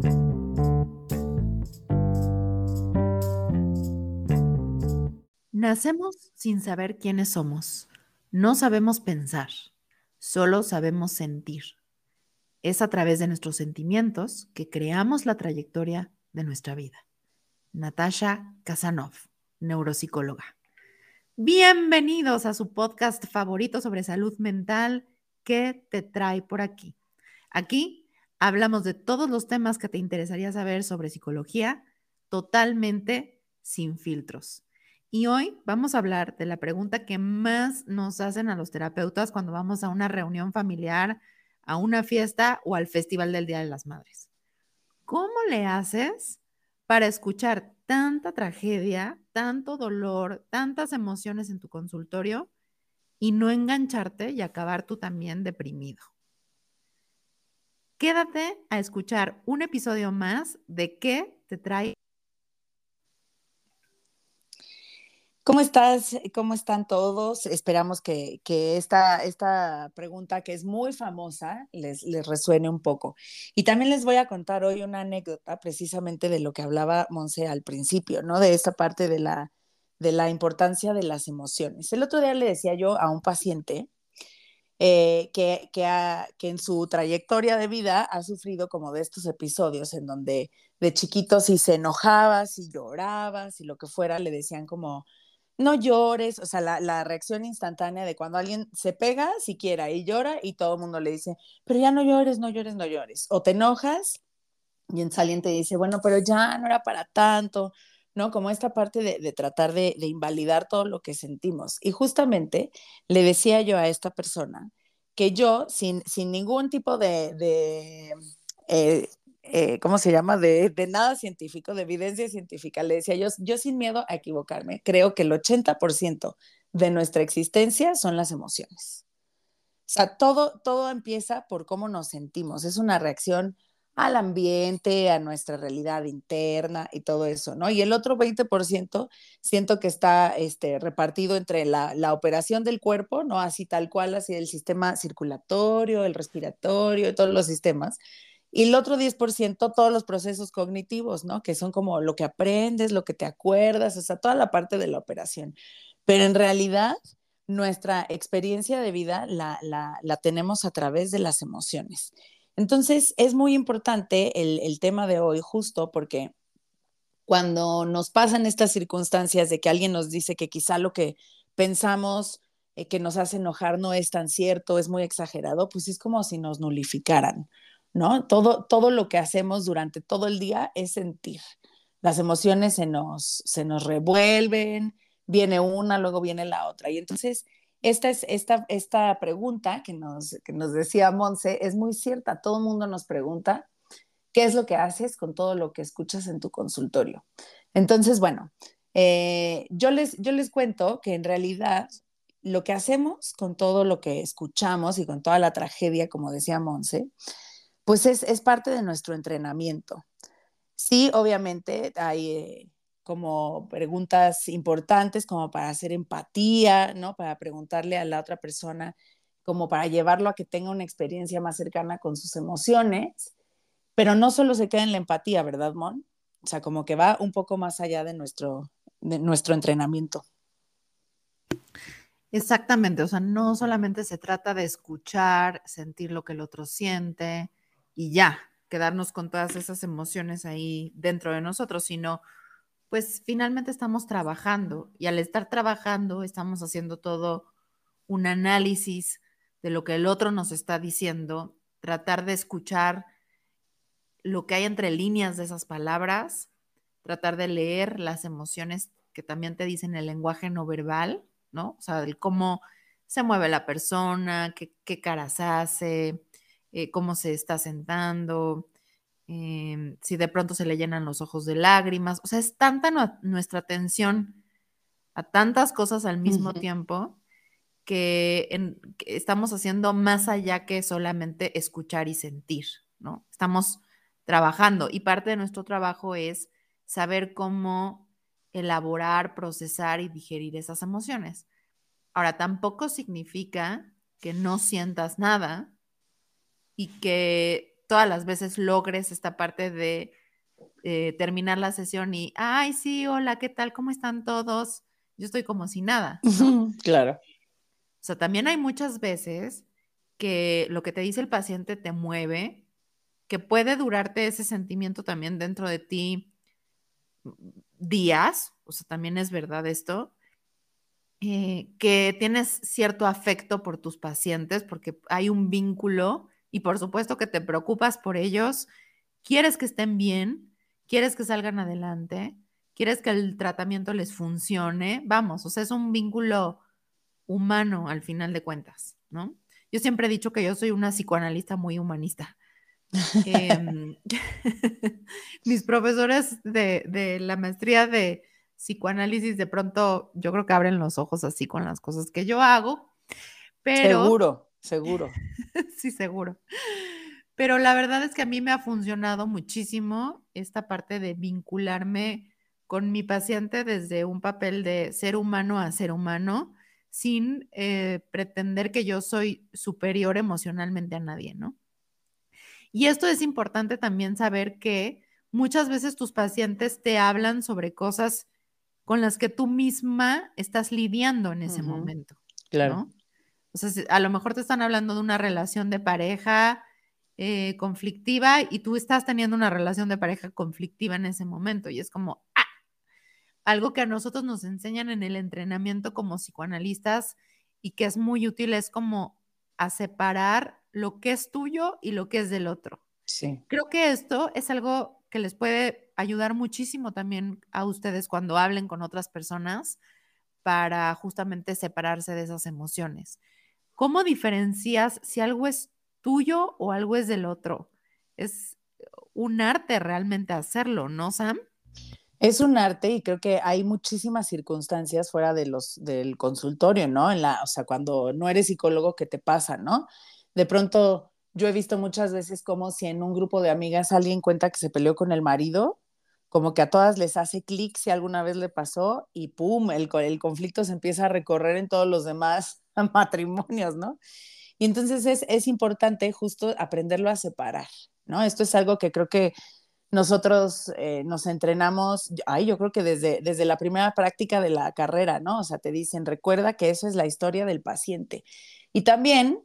Nacemos sin saber quiénes somos. No sabemos pensar, solo sabemos sentir. Es a través de nuestros sentimientos que creamos la trayectoria de nuestra vida. Natasha Casanov, neuropsicóloga. Bienvenidos a su podcast favorito sobre salud mental. ¿Qué te trae por aquí? Aquí hablamos de todos los temas que te interesaría saber sobre psicología, totalmente sin filtros. Y hoy vamos a hablar de la pregunta que más nos hacen a los terapeutas cuando vamos a una reunión familiar, a una fiesta o al Festival del Día de las Madres. ¿Cómo le haces para escuchar tanta tragedia, tanto dolor, tantas emociones en tu consultorio y no engancharte y acabar tú también deprimido? Quédate a escuchar un episodio más de ¿Qué te trae? ¿Cómo estás? ¿Cómo están todos? Esperamos que esta pregunta, que es muy famosa, les resuene un poco. Y también les voy a contar hoy una anécdota precisamente de lo que hablaba Monse al principio, ¿no? De esta parte de la importancia de las emociones. El otro día le decía yo a un paciente que en su trayectoria de vida ha sufrido como de estos episodios en donde de chiquito si se enojaba, si lloraba, si lo que fuera, le decían como no llores, o sea, la reacción instantánea de cuando alguien se pega siquiera y llora y todo el mundo le dice, pero ya no llores, no llores, no llores. O te enojas y en saliente dice, bueno, pero ya no era para tanto, ¿no? Como esta parte de tratar de invalidar todo lo que sentimos. Y justamente le decía yo a esta persona que yo, sin ningún tipo eh, ¿cómo se llama? De nada científico, de evidencia científica, le decía yo sin miedo a equivocarme, creo que el 80% de nuestra existencia son las emociones. O sea, todo empieza por cómo nos sentimos. Es una reacción al ambiente, a nuestra realidad interna y todo eso, ¿no? Y el otro 20% siento que está repartido entre la operación del cuerpo, ¿no? Así tal cual, así el sistema circulatorio, el respiratorio, todos los sistemas. Y el otro 10%, todos los procesos cognitivos, ¿no? Que son como lo que aprendes, lo que te acuerdas, o sea, toda la parte de la operación. Pero en realidad nuestra experiencia de vida la tenemos a través de las emociones. Entonces, es muy importante el tema de hoy justo porque cuando nos pasan estas circunstancias de que alguien nos dice que quizá lo que pensamos que nos hace enojar no es tan cierto, es muy exagerado, pues es como si nos nulificaran, ¿no? Todo lo que hacemos durante todo el día es sentir. Las emociones se nos revuelven, viene una, luego viene la otra. Y entonces, esta pregunta que nos decía Monse es muy cierta. Todo el mundo nos pregunta qué es lo que haces con todo lo que escuchas en tu consultorio. Entonces, bueno, yo les cuento que en realidad lo que hacemos con todo lo que escuchamos y con toda la tragedia, como decía Monse, pues es parte de nuestro entrenamiento. Sí, obviamente hay como preguntas importantes como para hacer empatía, ¿no? Para preguntarle a la otra persona, como para llevarlo a que tenga una experiencia más cercana con sus emociones, pero no solo se queda en la empatía, ¿verdad, Mon? O sea, como que va un poco más allá de nuestro entrenamiento. Exactamente, o sea, no solamente se trata de escuchar, sentir lo que el otro siente y ya, quedarnos con todas esas emociones ahí dentro de nosotros, sino pues finalmente estamos trabajando y al estar trabajando estamos haciendo todo un análisis de lo que el otro nos está diciendo, tratar de escuchar lo que hay entre líneas de esas palabras, tratar de leer las emociones que también te dicen el lenguaje no verbal, ¿no? O sea, el cómo se mueve la persona, qué caras hace, cómo se está sentando, si de pronto se le llenan los ojos de lágrimas. O sea, es tanta nuestra atención a tantas cosas al Uh mismo -huh. tiempo que estamos haciendo más allá que solamente escuchar y sentir, ¿no? Estamos trabajando y parte de nuestro trabajo es saber cómo elaborar, procesar y digerir esas emociones. Ahora, tampoco significa que no sientas nada y que todas las veces logres esta parte de terminar la sesión y, ay, sí, hola, ¿qué tal? ¿Cómo están todos? Yo estoy como si nada, ¿no? Claro. O sea, también hay muchas veces que lo que te dice el paciente te mueve, que puede durarte ese sentimiento también dentro de ti días, o sea, también es verdad esto, que tienes cierto afecto por tus pacientes porque hay un vínculo y por supuesto que te preocupas por ellos, quieres que estén bien, quieres que salgan adelante, quieres que el tratamiento les funcione, vamos, o sea, es un vínculo humano al final de cuentas, ¿no? Yo siempre he dicho que yo soy una psicoanalista muy humanista. Em, mis profesores de la maestría de psicoanálisis de pronto yo creo que abren los ojos así con las cosas que yo hago, pero Seguro, seguro. sí, seguro. Pero la verdad es que a mí me ha funcionado muchísimo esta parte de vincularme con mi paciente desde un papel de ser humano a ser humano, sin pretender que yo soy superior emocionalmente a nadie, ¿no? Y esto es importante también saber que muchas veces tus pacientes te hablan sobre cosas con las que tú misma estás lidiando en ese Ujú, momento, claro. ¿no? O sea, a lo mejor te están hablando de una relación de pareja conflictiva y tú estás teniendo una relación de pareja conflictiva en ese momento y es como algo que a nosotros nos enseñan en el entrenamiento como psicoanalistas y que es muy útil es como a separar lo que es tuyo y lo que es del otro. Sí. Creo que esto es algo que les puede ayudar muchísimo también a ustedes cuando hablen con otras personas para justamente separarse de esas emociones. ¿Cómo diferencias si algo es tuyo o algo es del otro? Es un arte realmente hacerlo, ¿no, Sam? Es un arte y creo que hay muchísimas circunstancias fuera del consultorio, ¿no? O sea, cuando no eres psicólogo, ¿qué te pasa, no? De pronto, yo he visto muchas veces como si en un grupo de amigas alguien cuenta que se peleó con el marido, como que a todas les hace clic si alguna vez le pasó y pum, el conflicto se empieza a recorrer en todos los demás matrimonios, ¿no? Y entonces es importante justo aprenderlo a separar, ¿no? Esto es algo que creo que nosotros nos entrenamos, ay, yo creo que desde la primera práctica de la carrera, ¿no? O sea, te dicen, recuerda que eso es la historia del paciente. Y también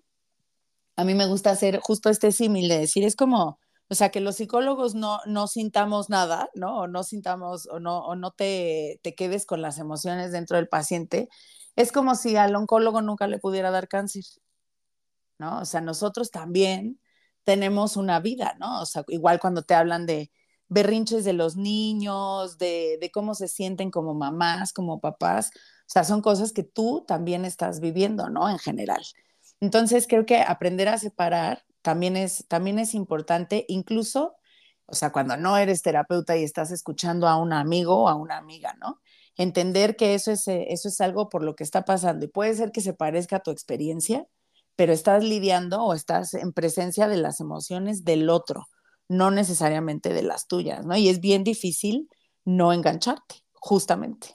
a mí me gusta hacer justo este símil de decir, es como, o sea, que los psicólogos no sintamos nada, ¿no? O no sintamos, o no te quedes con las emociones dentro del paciente. Es como si al oncólogo nunca le pudiera dar cáncer, ¿no? O sea, nosotros también tenemos una vida, ¿no? O sea, igual cuando te hablan de berrinches de los niños, de cómo se sienten como mamás, como papás, o sea, son cosas que tú también estás viviendo, ¿no? En general. Entonces, creo que aprender a separar también es importante, incluso, o sea, cuando no eres terapeuta y estás escuchando a un amigo o a una amiga, ¿no? Entender que eso es algo por lo que está pasando y puede ser que se parezca a tu experiencia, pero estás lidiando o estás en presencia de las emociones del otro, no necesariamente de las tuyas, ¿no? Y es bien difícil no engancharte, justamente.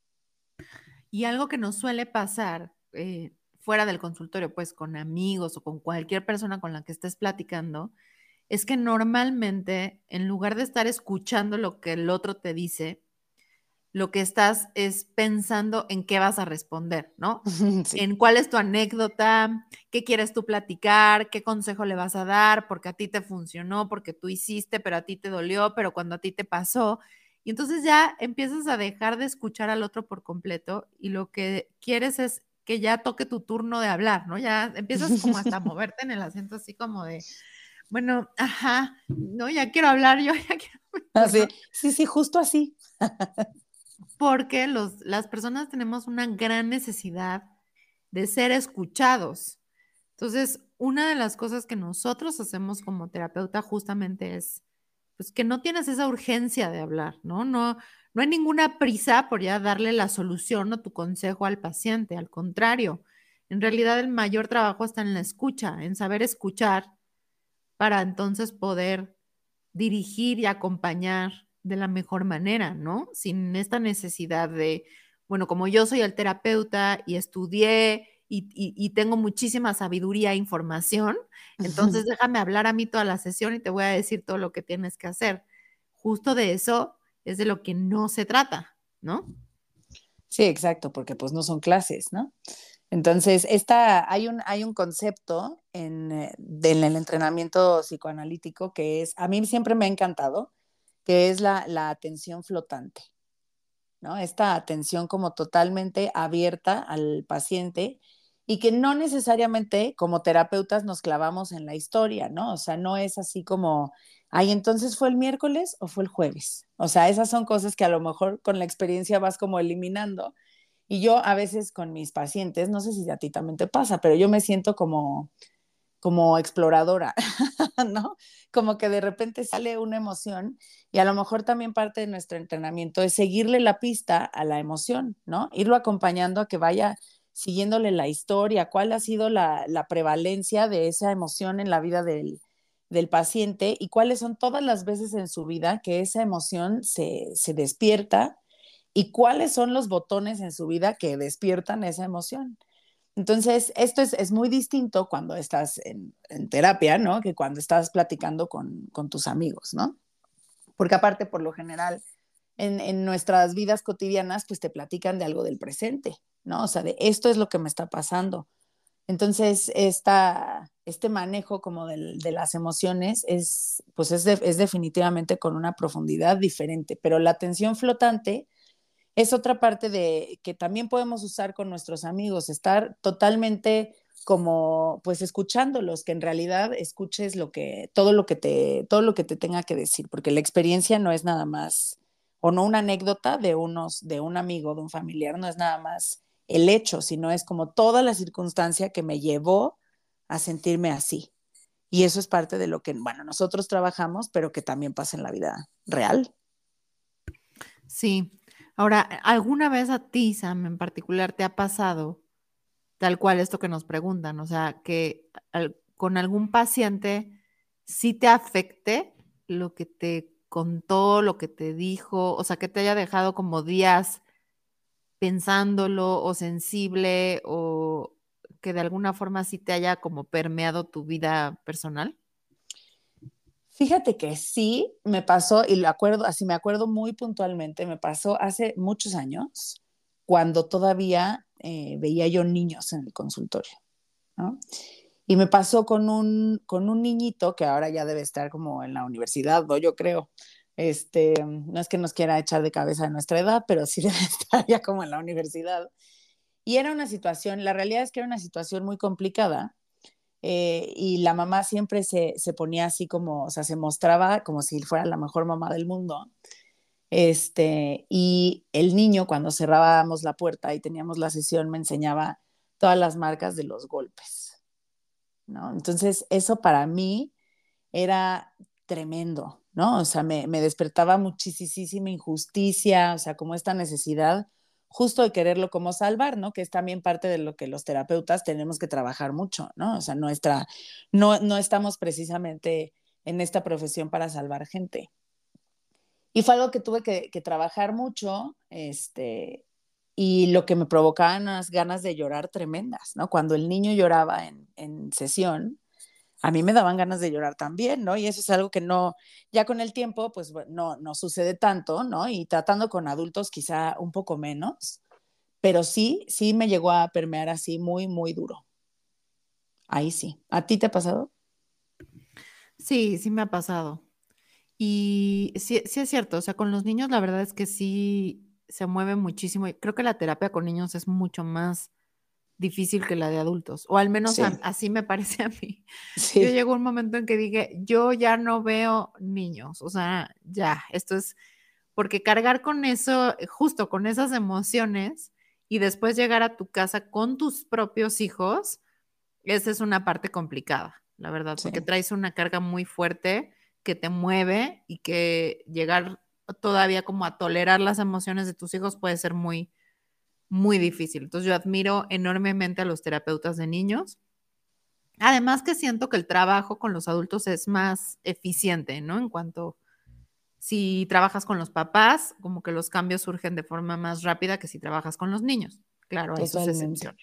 Y algo que nos suele pasar fuera del consultorio, pues con amigos o con cualquier persona con la que estés platicando, es que normalmente en lugar de estar escuchando lo que el otro te dice, lo que estás es pensando en qué vas a responder, ¿no? Sí. En cuál es tu anécdota, qué quieres tú platicar, qué consejo le vas a dar, porque a ti te funcionó, porque tú hiciste, pero a ti te dolió, pero cuando a ti te pasó. Y entonces ya empiezas a dejar de escuchar al otro por completo y lo que quieres es que ya toque tu turno de hablar, ¿no? Ya empiezas como hasta a moverte en el asiento así como de, bueno, ajá, no, ya quiero hablar, yo ya quiero hablar, Así, ¿no? sí, sí, justo así. Porque las personas tenemos una gran necesidad de ser escuchados. Entonces, una de las cosas que nosotros hacemos como terapeuta justamente es, pues, que no tienes esa urgencia de hablar, ¿no? No hay ninguna prisa por ya darle la solución o tu consejo al paciente, al contrario. En realidad, el mayor trabajo está en la escucha, en saber escuchar para entonces poder dirigir y acompañar de la mejor manera, ¿no? Sin esta necesidad de, bueno, como yo soy el terapeuta y estudié y tengo muchísima sabiduría e información, entonces déjame hablar a mí toda la sesión y te voy a decir todo lo que tienes que hacer. Justo de eso es de lo que no se trata, ¿no? Sí, exacto, porque pues no son clases, ¿no? Entonces, hay un concepto en el entrenamiento psicoanalítico que es, a mí siempre me ha encantado, que es la atención flotante, ¿no? Esta atención como totalmente abierta al paciente y que no necesariamente como terapeutas nos clavamos en la historia, ¿no? O sea, no es así como, ay, entonces fue el miércoles o fue el jueves. O sea, esas son cosas que a lo mejor con la experiencia vas como eliminando. Y yo a veces con mis pacientes, no sé si a ti también te pasa, pero yo me siento como exploradora, ¿no? Como que de repente sale una emoción y a lo mejor también parte de nuestro entrenamiento es seguirle la pista a la emoción, ¿no? Irlo acompañando a que vaya siguiéndole la historia, cuál ha sido la prevalencia de esa emoción en la vida del paciente y cuáles son todas las veces en su vida que esa emoción se despierta y cuáles son los botones en su vida que despiertan esa emoción. Entonces, esto es muy distinto cuando estás en terapia, ¿no? Que cuando estás platicando con tus amigos, ¿no? Porque aparte, por lo general, en nuestras vidas cotidianas, pues te platican de algo del presente, ¿no? O sea, de esto es lo que me está pasando. Entonces, este manejo como de las emociones pues es definitivamente con una profundidad diferente, pero la atención flotante es otra parte de que también podemos usar con nuestros amigos, estar totalmente como pues escuchándolos, que en realidad escuches todo lo que te tenga que decir, porque la experiencia no es nada más, o no una anécdota de un amigo, de un familiar, no es nada más el hecho, sino es como toda la circunstancia que me llevó a sentirme así. Y eso es parte de lo que, bueno, nosotros trabajamos, pero que también pasa en la vida real. Sí. Ahora, ¿alguna vez a ti, Sam, en particular, te ha pasado tal cual esto que nos preguntan? O sea, que con algún paciente sí te afecte lo que te contó, lo que te dijo, o sea, que te haya dejado como días pensándolo o sensible o que de alguna forma sí te haya como permeado tu vida personal. Fíjate que sí me pasó, y lo acuerdo, así me acuerdo muy puntualmente, me pasó hace muchos años, cuando todavía veía yo niños en el consultorio, ¿no? Y me pasó con un niñito que ahora ya debe estar como en la universidad, ¿no? Yo creo. No es que nos quiera echar de cabeza a nuestra edad, pero sí debe estar ya como en la universidad. Y era una situación, la realidad es que era una situación muy complicada y la mamá siempre se ponía así como, o sea, se mostraba como si fuera la mejor mamá del mundo. Y el niño, cuando cerrábamos la puerta y teníamos la sesión, me enseñaba todas las marcas de los golpes, ¿no? Entonces, eso para mí era tremendo, ¿no? O sea, me despertaba muchísima injusticia, o sea, como esta necesidad justo de quererlo como salvar, ¿no? Que es también parte de lo que los terapeutas tenemos que trabajar mucho, ¿no? O sea, no estamos precisamente en esta profesión para salvar gente. Y fue algo que tuve que trabajar mucho, y lo que me provocaba unas ganas de llorar tremendas, ¿no? Cuando el niño lloraba en sesión, a mí me daban ganas de llorar también, ¿no? Y eso es algo que no, ya con el tiempo, pues no sucede tanto, ¿no? Y tratando con adultos quizá un poco menos, pero sí me llegó a permear así muy, muy duro. Ahí sí. ¿A ti te ha pasado? Sí, sí me ha pasado. Y sí, sí es cierto, o sea, con los niños la verdad es que sí se mueve muchísimo y creo que la terapia con niños es mucho más difícil que la de adultos, o al menos Sí, así me parece a mí. Yo sí, llegó un momento en que dije, yo ya no veo niños, o sea, ya, esto es porque cargar con eso, justo con esas emociones y después llegar a tu casa con tus propios hijos, esa es una parte complicada, la verdad, sí. porque traes una carga muy fuerte que te mueve y que llegar todavía como a tolerar las emociones de tus hijos puede ser muy, muy difícil. Entonces yo admiro enormemente a los terapeutas de niños. Además que siento que el trabajo con los adultos es más eficiente, ¿no? En cuanto si trabajas con los papás, como que los cambios surgen de forma más rápida que si trabajas con los niños. Claro, hay sus Totalmente. excepciones.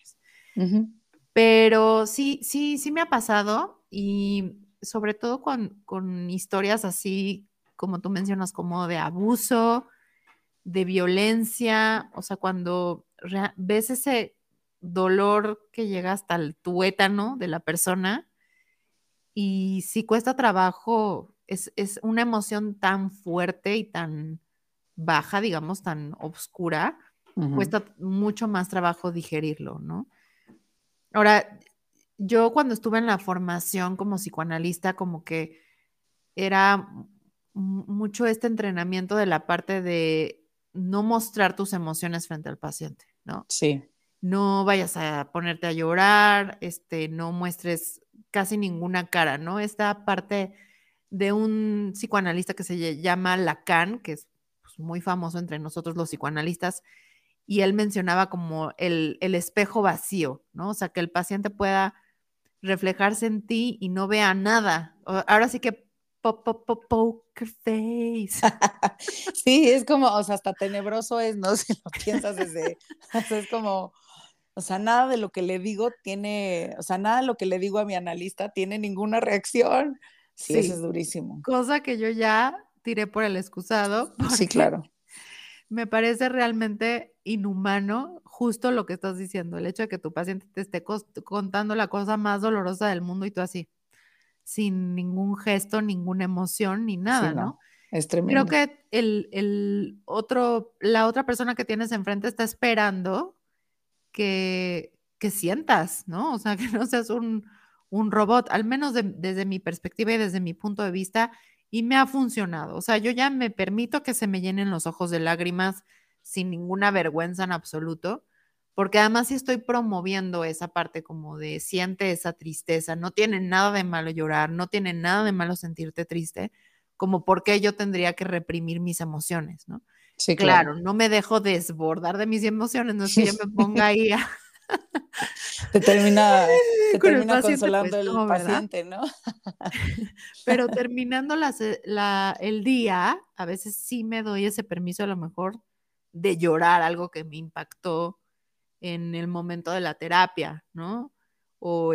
Ujú. Pero sí me ha pasado y sobre todo con historias así, como tú mencionas, como de abuso, de violencia, o sea, cuando ves ese dolor que llega hasta el tuétano de la persona y sí cuesta trabajo, es una emoción tan fuerte y tan baja, digamos, tan oscura, Ujú. cuesta mucho más trabajo digerirlo, ¿no? Ahora, yo cuando estuve en la formación como psicoanalista, como que era mucho este entrenamiento de la parte de no mostrar tus emociones frente al paciente, ¿no? Sí. No vayas a ponerte a llorar, no muestres casi ninguna cara, ¿no? Esta parte de un psicoanalista que se llama Lacan, que es pues, muy famoso entre nosotros los psicoanalistas, y él mencionaba como el espejo vacío, ¿no? O sea, que el paciente pueda reflejarse en ti y no vea nada. Ahora sí que poker face. Sí, es como, o sea, hasta tenebroso es, ¿no? Si lo piensas desde, o sea, es como, o sea, nada de lo que le digo tiene, o sea, nada de lo que le digo a mi analista tiene ninguna reacción. Sí, eso es Sí, durísimo. cosa que yo ya tiré por el excusado Sí, porque claro. me parece realmente inhumano justo lo que estás diciendo, el hecho de que tu paciente te esté contando la cosa más dolorosa del mundo y tú así, sin ningún gesto, ninguna emoción ni Sí, nada, ¿no? no, es Creo tremendo. que la otra persona que tienes enfrente está esperando que sientas, ¿no? O sea, que no seas un robot, al menos desde mi perspectiva y desde mi punto de vista, y me ha funcionado. O sea, yo ya me permito que se me llenen los ojos de lágrimas sin ninguna vergüenza en absoluto, porque además sí estoy promoviendo esa parte como de siente esa tristeza. No tiene nada de malo llorar, no tiene nada de malo sentirte triste, como por qué yo tendría que reprimir mis emociones, ¿no? Sí, claro. Claro, no me dejo desbordar de mis emociones, no es que yo me ponga ahí a Te termina, te con el termina paciente, pues consolando el no, ¿verdad? paciente, ¿no? Pero terminando el día, a veces sí me doy ese permiso a lo mejor de llorar algo que me impactó en el momento de la terapia, ¿no? O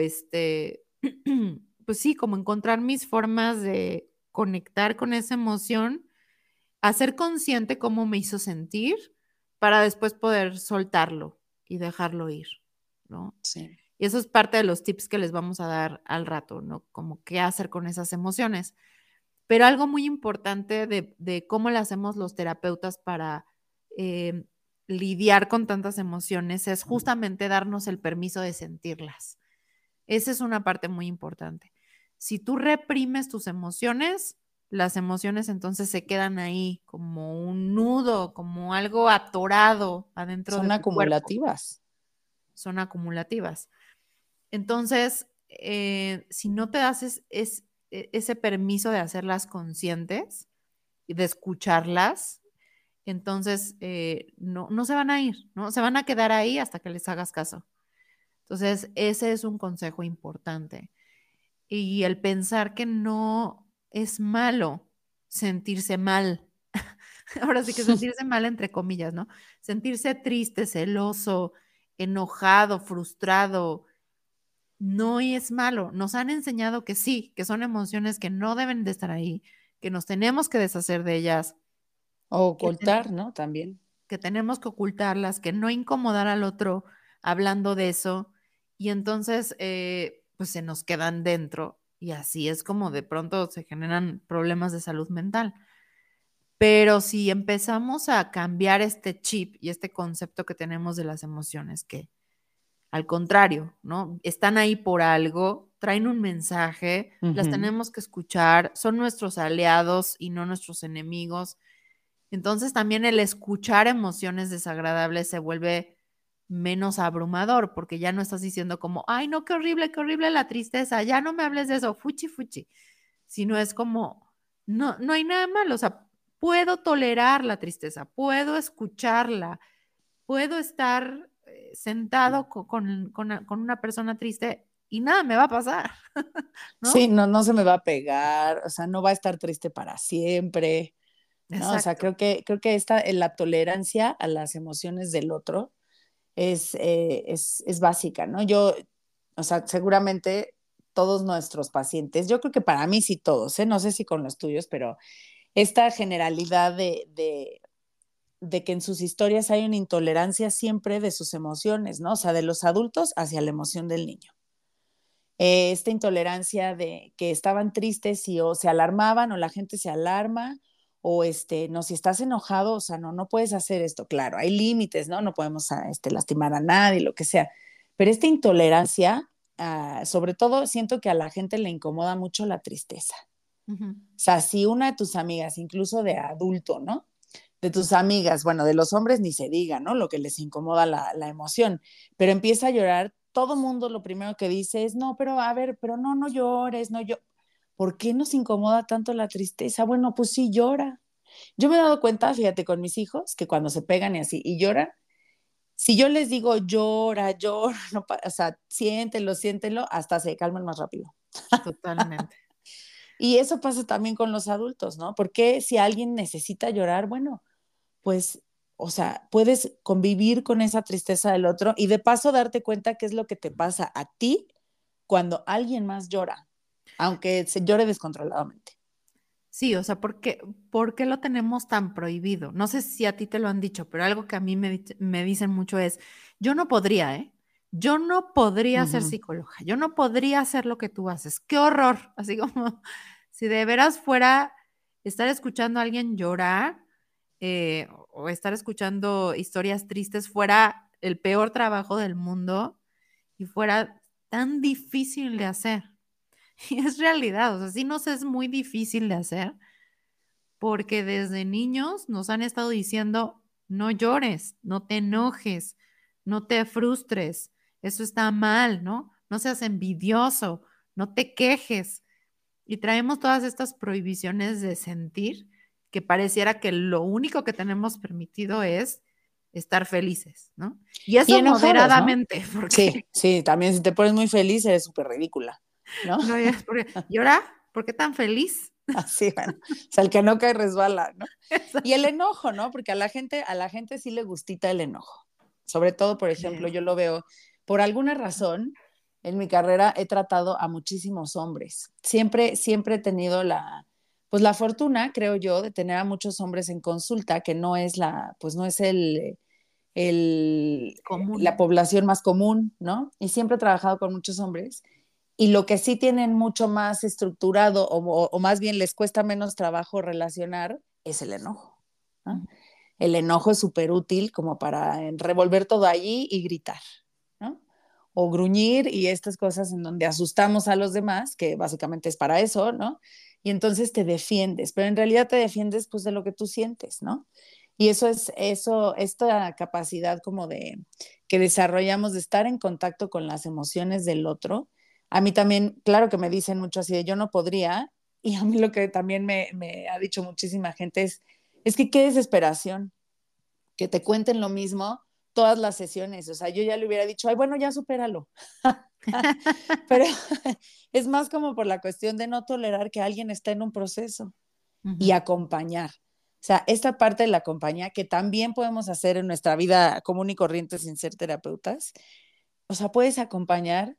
pues sí, como encontrar mis formas de conectar con esa emoción, hacer consciente cómo me hizo sentir para después poder soltarlo y dejarlo ir, ¿no? Sí. Y eso es parte de los tips que les vamos a dar al rato, ¿no? Como qué hacer con esas emociones. Pero algo muy importante de cómo le hacemos los terapeutas para eh, lidiar con tantas emociones es justamente darnos el permiso de sentirlas. Esa es una parte muy importante. Si tú reprimes tus emociones, las emociones entonces se quedan ahí como un nudo, como algo atorado adentro de Son tu cuerpo. acumulativas. Son acumulativas. Entonces, si no te das ese permiso de hacerlas conscientes y de escucharlas, entonces no se van a ir, ¿no? Se van a quedar ahí hasta que les hagas caso. Entonces, ese es un consejo importante. Y el pensar que no es malo sentirse mal. Ahora sí que sentirse mal entre comillas, ¿no? Sentirse triste, celoso, enojado, frustrado, no es malo. Nos han enseñado que sí, que son emociones que no deben de estar ahí, que nos tenemos que deshacer de ellas, O que, ten- ocultar, ¿no? También. que tenemos que ocultarlas, que no incomodar al otro hablando de eso. Y entonces, pues se nos quedan dentro y así es como de pronto se generan problemas de salud mental. Pero si empezamos a cambiar este chip y este concepto que tenemos de las emociones, que al contrario, ¿no? Están ahí por algo, traen un mensaje, las Ujú. tenemos que escuchar, son nuestros aliados y no nuestros enemigos. Entonces también el escuchar emociones desagradables se vuelve menos abrumador porque ya no estás diciendo como, ay, no, qué horrible la tristeza, ya no me hables de eso, fuchi, fuchi, sino es como, no hay nada malo, o sea, puedo tolerar la tristeza, puedo escucharla, puedo estar sentado con una persona triste y nada me va a pasar, Sí, ¿no? no, no se me va a pegar, o sea, no va a estar triste para siempre, ¿no? O sea, Exacto. creo que la tolerancia a las emociones del otro es básica, ¿no? O sea, seguramente todos nuestros pacientes, yo creo que para mí sí todos, ¿eh? No sé si con los tuyos, pero esta generalidad de que en sus historias hay una intolerancia siempre de sus emociones, ¿no? O sea, de los adultos hacia la emoción del niño. Esta intolerancia de que estaban tristes y o se alarmaban o la gente se alarma o no, si estás enojado, o sea, no, no puedes hacer esto, claro, hay límites, ¿no? No podemos lastimar a nadie, lo que sea, pero esta intolerancia, sobre todo siento que a la gente le incomoda mucho la tristeza. Ujú. O sea, si una de tus amigas, incluso de adulto, ¿no? De tus amigas, bueno, de los hombres ni se diga, ¿no? Lo que les incomoda la emoción, pero empieza a llorar, todo mundo lo primero que dice es, no, pero a ver, pero no, no llores, no yo. ¿Por qué nos incomoda tanto la tristeza? Bueno, pues sí llora. Yo me he dado cuenta, fíjate, con mis hijos, que cuando se pegan y así, y lloran, si yo les digo llora, llora, no, o sea, siéntelo, siéntelo, hasta se calman más rápido. Totalmente. Y eso pasa también con los adultos, ¿no? Porque si alguien necesita llorar, bueno, pues, o sea, puedes convivir con esa tristeza del otro y de paso darte cuenta qué es lo que te pasa a ti cuando alguien más llora, aunque se llore descontroladamente. Sí, o sea, ¿por qué lo tenemos tan prohibido? No sé si a ti te lo han dicho, pero algo que a mí me dicen mucho es, yo no podría, ¿eh? Yo no podría ser Ujú. psicóloga, yo no podría hacer lo que tú haces. ¡Qué horror! Así como si de veras fuera estar escuchando a alguien llorar o estar escuchando historias tristes fuera el peor trabajo del mundo y fuera tan difícil de hacer. Y es realidad, o sea, sí nos es muy difícil de hacer porque desde niños nos han estado diciendo, no llores, no te enojes, no te frustres, eso está mal, ¿no? No seas envidioso, no te quejes. Y traemos todas estas prohibiciones de sentir que pareciera que lo único que tenemos permitido es estar felices, ¿no? Y Y eso enojados, ¿no? moderadamente, porque Sí, sí, también si te pones muy feliz eres súper ridícula, ¿no? no es porque, ¿y ahora? ¿Por qué tan feliz? Así, bueno, o sea, el que no cae resbala, ¿no? Y el Exacto. enojo, ¿no? Porque a la gente sí le gustita el enojo. Sobre todo, por ejemplo, Bien. yo lo veo, por alguna razón, en mi carrera he tratado a muchísimos hombres. Siempre he tenido pues la fortuna, creo yo, de tener a muchos hombres en consulta, que no es pues no es la Común. población más común, ¿no? Y siempre he trabajado con muchos hombres. Y lo que sí tienen mucho más estructurado o más bien les cuesta menos trabajo relacionar es el enojo, ¿no? Ujú. El enojo es súper útil como para revolver todo allí y gritar, ¿no? O gruñir y estas cosas en donde asustamos a los demás, que básicamente es para eso, ¿no? Y entonces te defiendes, pero en realidad te defiendes pues de lo que tú sientes, ¿no? Y esta capacidad como de que desarrollamos de estar en contacto con las emociones del otro, a mí también, claro que me dicen mucho así de yo no podría, y a mí lo que también me ha dicho muchísima gente es que qué desesperación que te cuenten lo mismo todas las sesiones. O sea, yo ya le hubiera dicho, ay, bueno, ya supéralo. Pero es más como por la cuestión de no tolerar que alguien está en un proceso y Ujú. acompañar. O sea, esta parte de la compañía que también podemos hacer en nuestra vida común y corriente sin ser terapeutas, o sea, puedes acompañar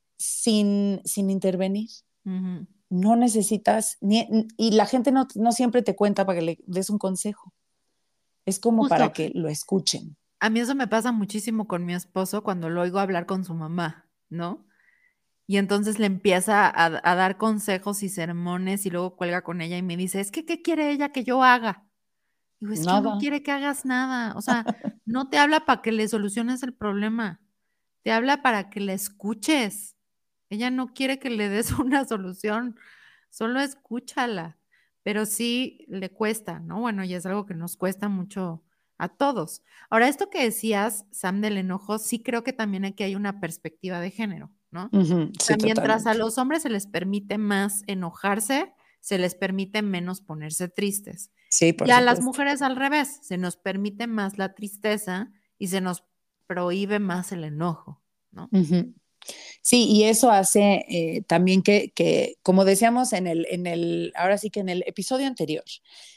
sin intervenir. Ujú. No necesitas, y la gente no siempre te cuenta para que le des un consejo. Es como Justo, para que lo escuchen. a mí eso me pasa muchísimo con mi esposo cuando lo oigo hablar con su mamá, ¿no? Y entonces le empieza a dar consejos y sermones y luego cuelga con ella y me dice, es que, ¿qué quiere ella que yo haga? Digo, es que no Nada. quiere que hagas nada. O sea, no te habla para que le soluciones el problema, te habla para que la escuches. Ella no quiere que le des una solución, solo escúchala. Pero sí le cuesta, ¿no? Bueno, y es algo que nos cuesta mucho a todos. Ahora, esto que decías, Sam, del enojo, sí creo que también aquí hay una perspectiva de género, ¿no? Ujú, O sea, sí, mientras a totalmente. los hombres se les permite más enojarse, se les permite menos ponerse tristes. Sí, Y por a las supuesto. mujeres al revés, se nos permite más la tristeza y se nos prohíbe más el enojo, ¿no? Ujú. Sí, y eso hace también como decíamos ahora sí que en el episodio anterior,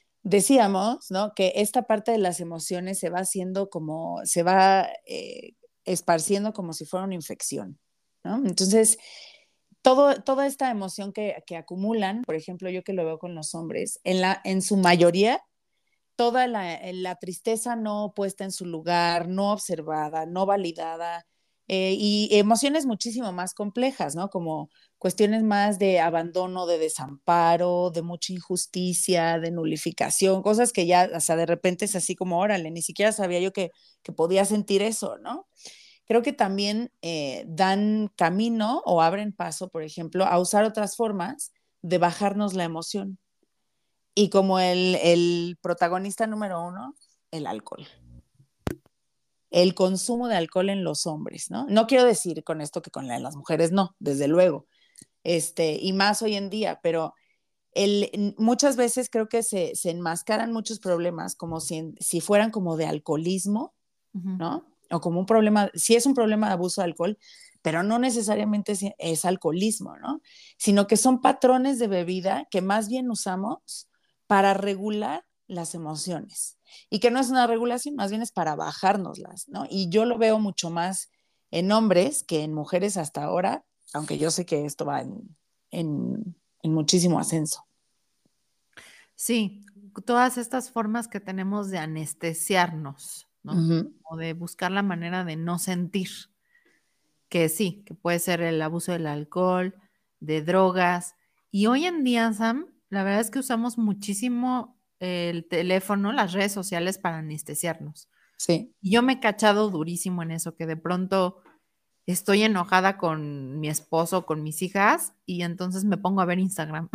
decíamos, ¿no? Que esta parte de las emociones se va haciendo como, se va esparciendo como si fuera una infección, ¿no? Entonces, toda esta emoción que acumulan, por ejemplo, yo que lo veo con los hombres, en su mayoría, toda la tristeza no puesta en su lugar, no observada, no validada, y emociones muchísimo más complejas, ¿no? Como cuestiones más de abandono, de desamparo, de mucha injusticia, de nulificación, cosas que ya, o sea, de repente es así como, órale, ni siquiera sabía yo que podía sentir eso, ¿no? Creo que también dan camino o abren paso, por ejemplo, a usar otras formas de bajarnos la emoción. Y como el protagonista número uno, el alcohol. El consumo de alcohol en los hombres, ¿no? No quiero decir con esto que con las mujeres no, desde luego, y más hoy en día, pero muchas veces creo que se enmascaran muchos problemas como si fueran como de alcoholismo, Ujú. ¿no? O como un problema, si es un problema de abuso de alcohol, pero no necesariamente es alcoholismo, ¿no? Sino que son patrones de bebida que más bien usamos para regular las emociones y que no es una regulación, más bien es para bajárnoslas, ¿no? Y yo lo veo mucho más en hombres que en mujeres hasta ahora, aunque yo sé que esto va en muchísimo ascenso. Sí, todas estas formas que tenemos de anestesiarnos, Uh ¿no? -huh. O de buscar la manera de no sentir, que sí, que puede ser el abuso del alcohol, de drogas. Y hoy en día, Sam, la verdad es que usamos muchísimo el teléfono, las redes sociales para anestesiarnos. Sí. Y yo me he cachado durísimo en eso, que de pronto estoy enojada con mi esposo, con mis hijas, y entonces me pongo a ver Instagram.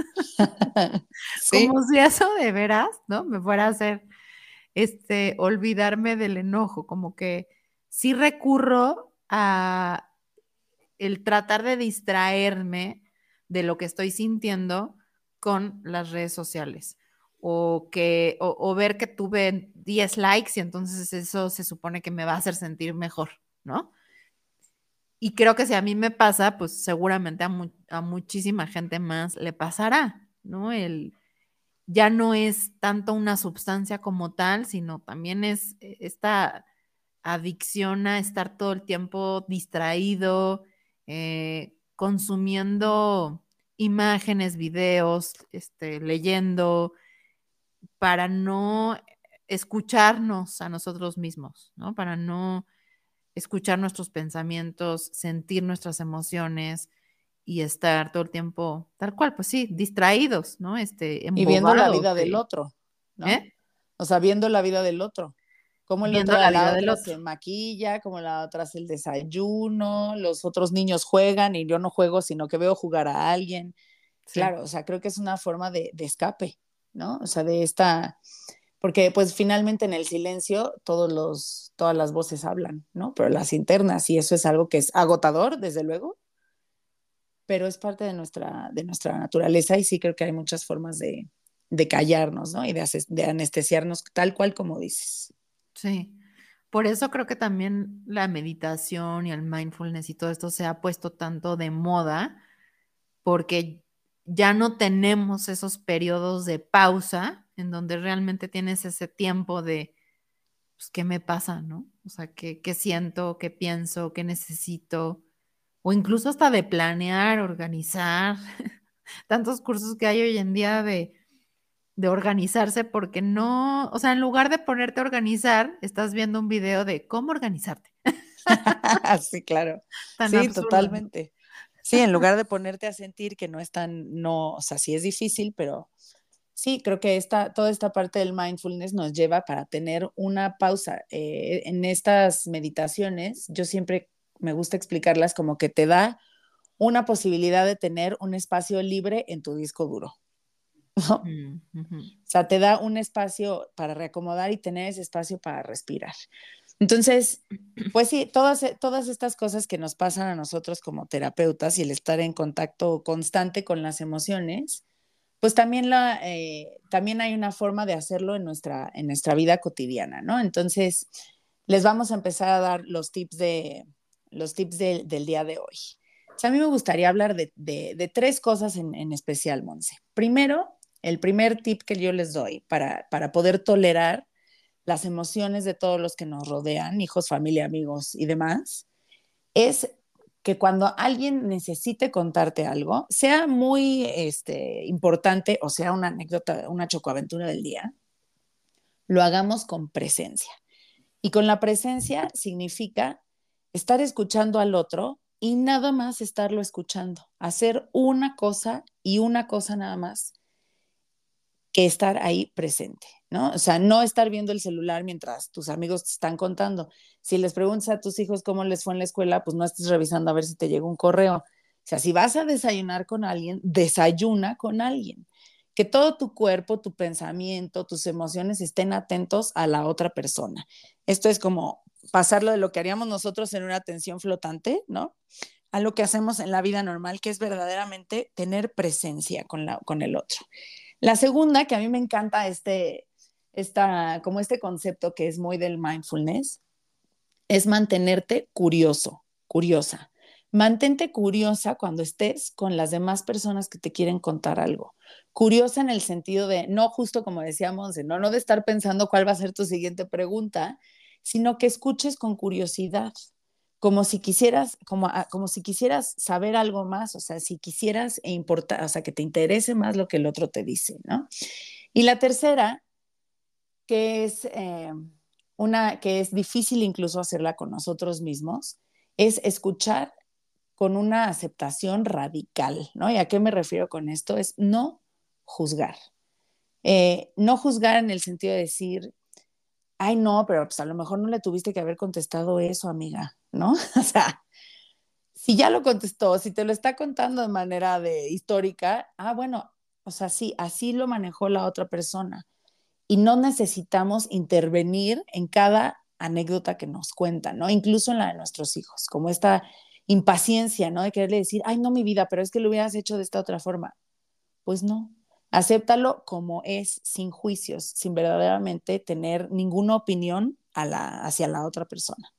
Sí. Como si eso de veras, ¿no? Me fuera a hacer olvidarme del enojo, como que sí recurro a el tratar de distraerme de lo que estoy sintiendo con las redes sociales. O ver que tuve 10 likes y entonces eso se supone que me va a hacer sentir mejor, ¿no? Y creo que si a mí me pasa, pues seguramente a muchísima gente más le pasará, ¿no? Ya no es tanto una sustancia como tal, sino también es esta adicción a estar todo el tiempo distraído, consumiendo imágenes, videos, leyendo, para no escucharnos a nosotros mismos, ¿no? Para no escuchar nuestros pensamientos, sentir nuestras emociones y estar todo el tiempo, tal cual, pues sí, distraídos, ¿no? Y viendo la Embobados vida del otro, ¿no? ¿eh? O sea, viendo la vida del otro. Como el Viendo otro, la la vida del otra otro. se maquilla, como la otra hace el desayuno, los otros niños juegan y yo no juego, sino que veo jugar a alguien. Sí. Claro, o sea, creo que es una forma de escape, ¿no? O sea, de esta, porque pues finalmente en el silencio todas las voces hablan, ¿no? Pero las internas, y eso es algo que es agotador, desde luego, pero es parte de nuestra naturaleza y sí creo que hay muchas formas de callarnos, ¿no? Y de anestesiarnos tal cual como dices. Sí. Por eso creo que también la meditación y el mindfulness y todo esto se ha puesto tanto de moda, porque ya no tenemos esos periodos de pausa en donde realmente tienes ese tiempo de, pues, ¿qué me pasa, no? O sea, ¿qué siento, qué pienso, qué necesito? O incluso hasta de planear, organizar. Tantos cursos que hay hoy en día de organizarse porque no, o sea, en lugar de ponerte a organizar, estás viendo un video de cómo organizarte. Sí, claro. Tan Sí, absurdo, ¿no? totalmente. Sí, en lugar de ponerte a sentir que no es tan, no, o sea, sí es difícil, pero sí, creo que toda esta parte del mindfulness nos lleva para tener una pausa. En estas meditaciones, yo siempre me gusta explicarlas como que te da una posibilidad de tener un espacio libre en tu disco duro, ¿no? Mm, ujú. O sea, te da un espacio para reacomodar y tener ese espacio para respirar. Entonces, pues sí, todas estas cosas que nos pasan a nosotros como terapeutas y el estar en contacto constante con las emociones, pues también, también hay una forma de hacerlo en nuestra vida cotidiana, ¿no? Entonces, les vamos a empezar a dar los tips del día de hoy. O sea, a mí me gustaría hablar de tres cosas en especial, Monse. Primero, el primer tip que yo les doy para poder tolerar las emociones de todos los que nos rodean, hijos, familia, amigos y demás, es que cuando alguien necesite contarte algo, sea muy importante o sea una anécdota, una chocoaventura del día, lo hagamos con presencia. Y con la presencia significa estar escuchando al otro y nada más estarlo escuchando, hacer una cosa y una cosa nada más que estar ahí presente, ¿no? O sea, no estar viendo el celular mientras tus amigos te están contando. Si les preguntas a tus hijos cómo les fue en la escuela, pues no estés revisando a ver si te llegó un correo. O sea, si vas a desayunar con alguien, desayuna con alguien. Que todo tu cuerpo, tu pensamiento, tus emociones estén atentos a la otra persona. Esto es como pasarlo de lo que haríamos nosotros en una atención flotante, ¿no? A lo que hacemos en la vida normal, que es verdaderamente tener presencia con el otro. La segunda, que a mí me encanta como este concepto que es muy del mindfulness, es mantenerte curioso, curiosa. Mantente curiosa cuando estés con las demás personas que te quieren contar algo. Curiosa en el sentido de, no justo como decíamos, no de estar pensando cuál va a ser tu siguiente pregunta, sino que escuches con curiosidad, como si quisieras saber algo más, o sea, si quisieras o sea, que te interese más lo que el otro te dice, ¿no? Y la tercera, que es que es difícil incluso hacerla con nosotros mismos, es escuchar con una aceptación radical, ¿no? ¿Y a qué me refiero con esto? Es no juzgar. No juzgar en el sentido de decir, ay, no, pero pues a lo mejor no le tuviste que haber contestado eso, amiga, ¿no? O sea, si ya lo contestó, si te lo está contando de manera histórica, bueno, o sea, sí, así lo manejó la otra persona. Y no necesitamos intervenir en cada anécdota que nos cuentan, ¿no? Incluso en la de nuestros hijos, como esta impaciencia, ¿no? De quererle decir, ay, no, mi vida, pero es que lo hubieras hecho de esta otra forma. Pues no, acéptalo como es, sin juicios, sin verdaderamente tener ninguna opinión hacia la otra persona.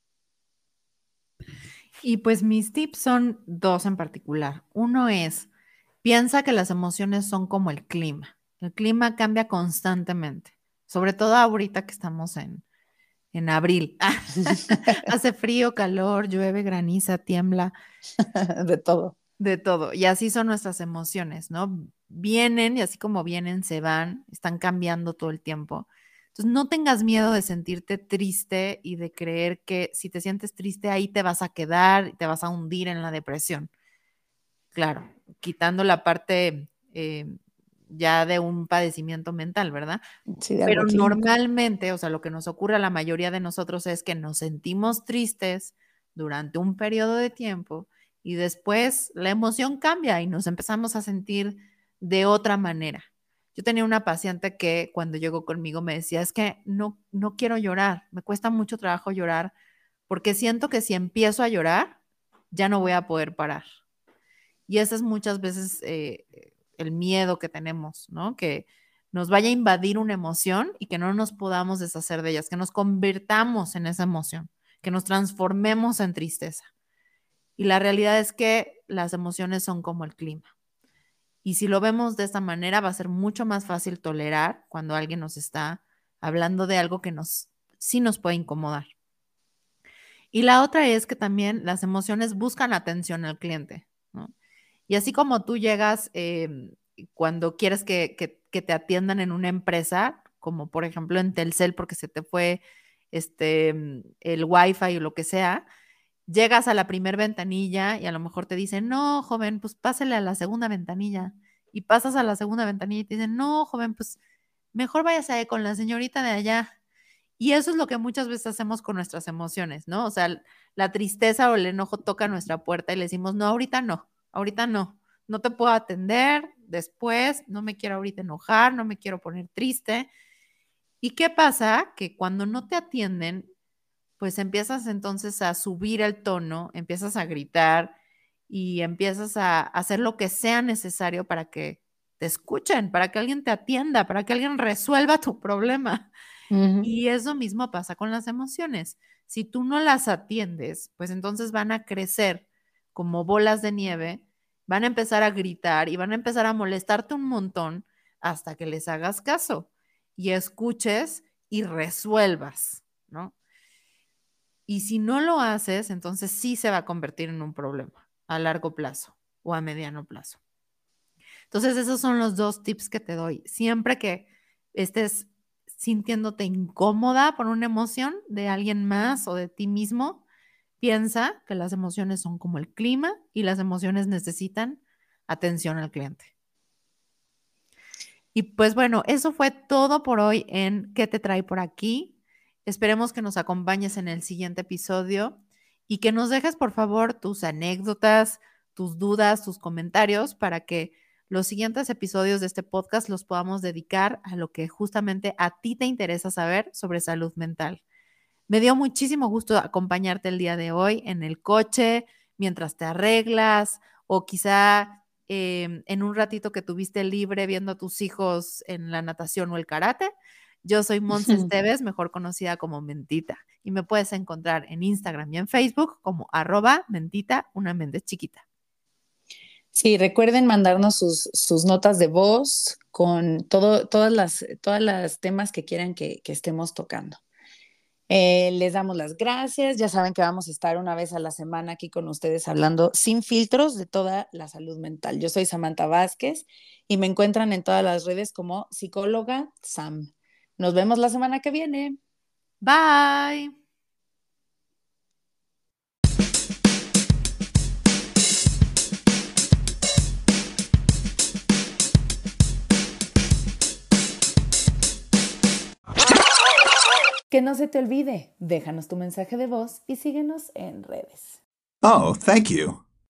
Y pues mis tips son dos en particular. Uno es, piensa que las emociones son como el clima. El clima cambia constantemente, sobre todo ahorita que estamos en abril. Hace frío, calor, llueve, graniza, tiembla. De todo. De todo. Y así son nuestras emociones, ¿no? Vienen y así como vienen, se van, están cambiando todo el tiempo. Entonces, no tengas miedo de sentirte triste y de creer que si te sientes triste, ahí te vas a quedar y te vas a hundir en la depresión. Claro, quitando la parte ya de un padecimiento mental, ¿verdad? Sí, de Pero algo clínico. normalmente, o sea, lo que nos ocurre a la mayoría de nosotros es que nos sentimos tristes durante un periodo de tiempo y después la emoción cambia y nos empezamos a sentir de otra manera. Yo tenía una paciente que cuando llegó conmigo me decía, es que no quiero llorar, me cuesta mucho trabajo llorar porque siento que si empiezo a llorar, ya no voy a poder parar. Y ese es muchas veces el miedo que tenemos, ¿no? Que nos vaya a invadir una emoción y que no nos podamos deshacer de ellas, que nos convirtamos en esa emoción, que nos transformemos en tristeza. Y la realidad es que las emociones son como el clima. Y si lo vemos de esta manera, va a ser mucho más fácil tolerar cuando alguien nos está hablando de algo que sí nos puede incomodar. Y la otra es que también las emociones buscan atención al cliente, ¿no? Y así como tú llegas cuando quieres que te atiendan en una empresa, como por ejemplo en Telcel porque se te fue el Wi-Fi o lo que sea, llegas a la primer ventanilla y a lo mejor te dicen, no, joven, pues pásele a la segunda ventanilla. Y pasas a la segunda ventanilla y te dicen, no, joven, pues mejor váyase con la señorita de allá. Y eso es lo que muchas veces hacemos con nuestras emociones, ¿no? O sea, la tristeza o el enojo toca nuestra puerta y le decimos, no, ahorita no, no te puedo atender, después, no me quiero ahorita enojar, no me quiero poner triste. ¿Y qué pasa? Que cuando no te atienden, pues empiezas entonces a subir el tono, empiezas a gritar y empiezas a hacer lo que sea necesario para que te escuchen, para que alguien te atienda, para que alguien resuelva tu problema. Uh -huh. Y eso mismo pasa con las emociones. Si tú no las atiendes, pues entonces van a crecer como bolas de nieve, van a empezar a gritar y van a empezar a molestarte un montón hasta que les hagas caso y escuches y resuelvas, ¿no? Y si no lo haces, entonces sí se va a convertir en un problema a largo plazo o a mediano plazo. Entonces, esos son los 2 tips que te doy. Siempre que estés sintiéndote incómoda por una emoción de alguien más o de ti mismo, piensa que las emociones son como el clima y las emociones necesitan atención al cliente. Y pues bueno, eso fue todo por hoy en ¿Qué te trae por aquí? Esperemos que nos acompañes en el siguiente episodio y que nos dejes por favor tus anécdotas, tus dudas, tus comentarios para que los siguientes episodios de este podcast los podamos dedicar a lo que justamente a ti te interesa saber sobre salud mental. Me dio muchísimo gusto acompañarte el día de hoy en el coche, mientras te arreglas o quizá en un ratito que tuviste libre viendo a tus hijos en la natación o el karate. Yo soy Montse Esteves, mejor conocida como Mentita, y me puedes encontrar en Instagram y en Facebook como @mentita, una mente chiquita. Sí, recuerden mandarnos sus notas de voz con todas las temas que quieran que estemos tocando. Les damos las gracias. Ya saben que vamos a estar una vez a la semana aquí con ustedes hablando sin filtros de toda la salud mental. Yo soy Samantha Vázquez y me encuentran en todas las redes como psicóloga Sam. Nos vemos la semana que viene. Bye. Que no se te olvide, déjanos tu mensaje de voz y síguenos en redes. Oh, thank you.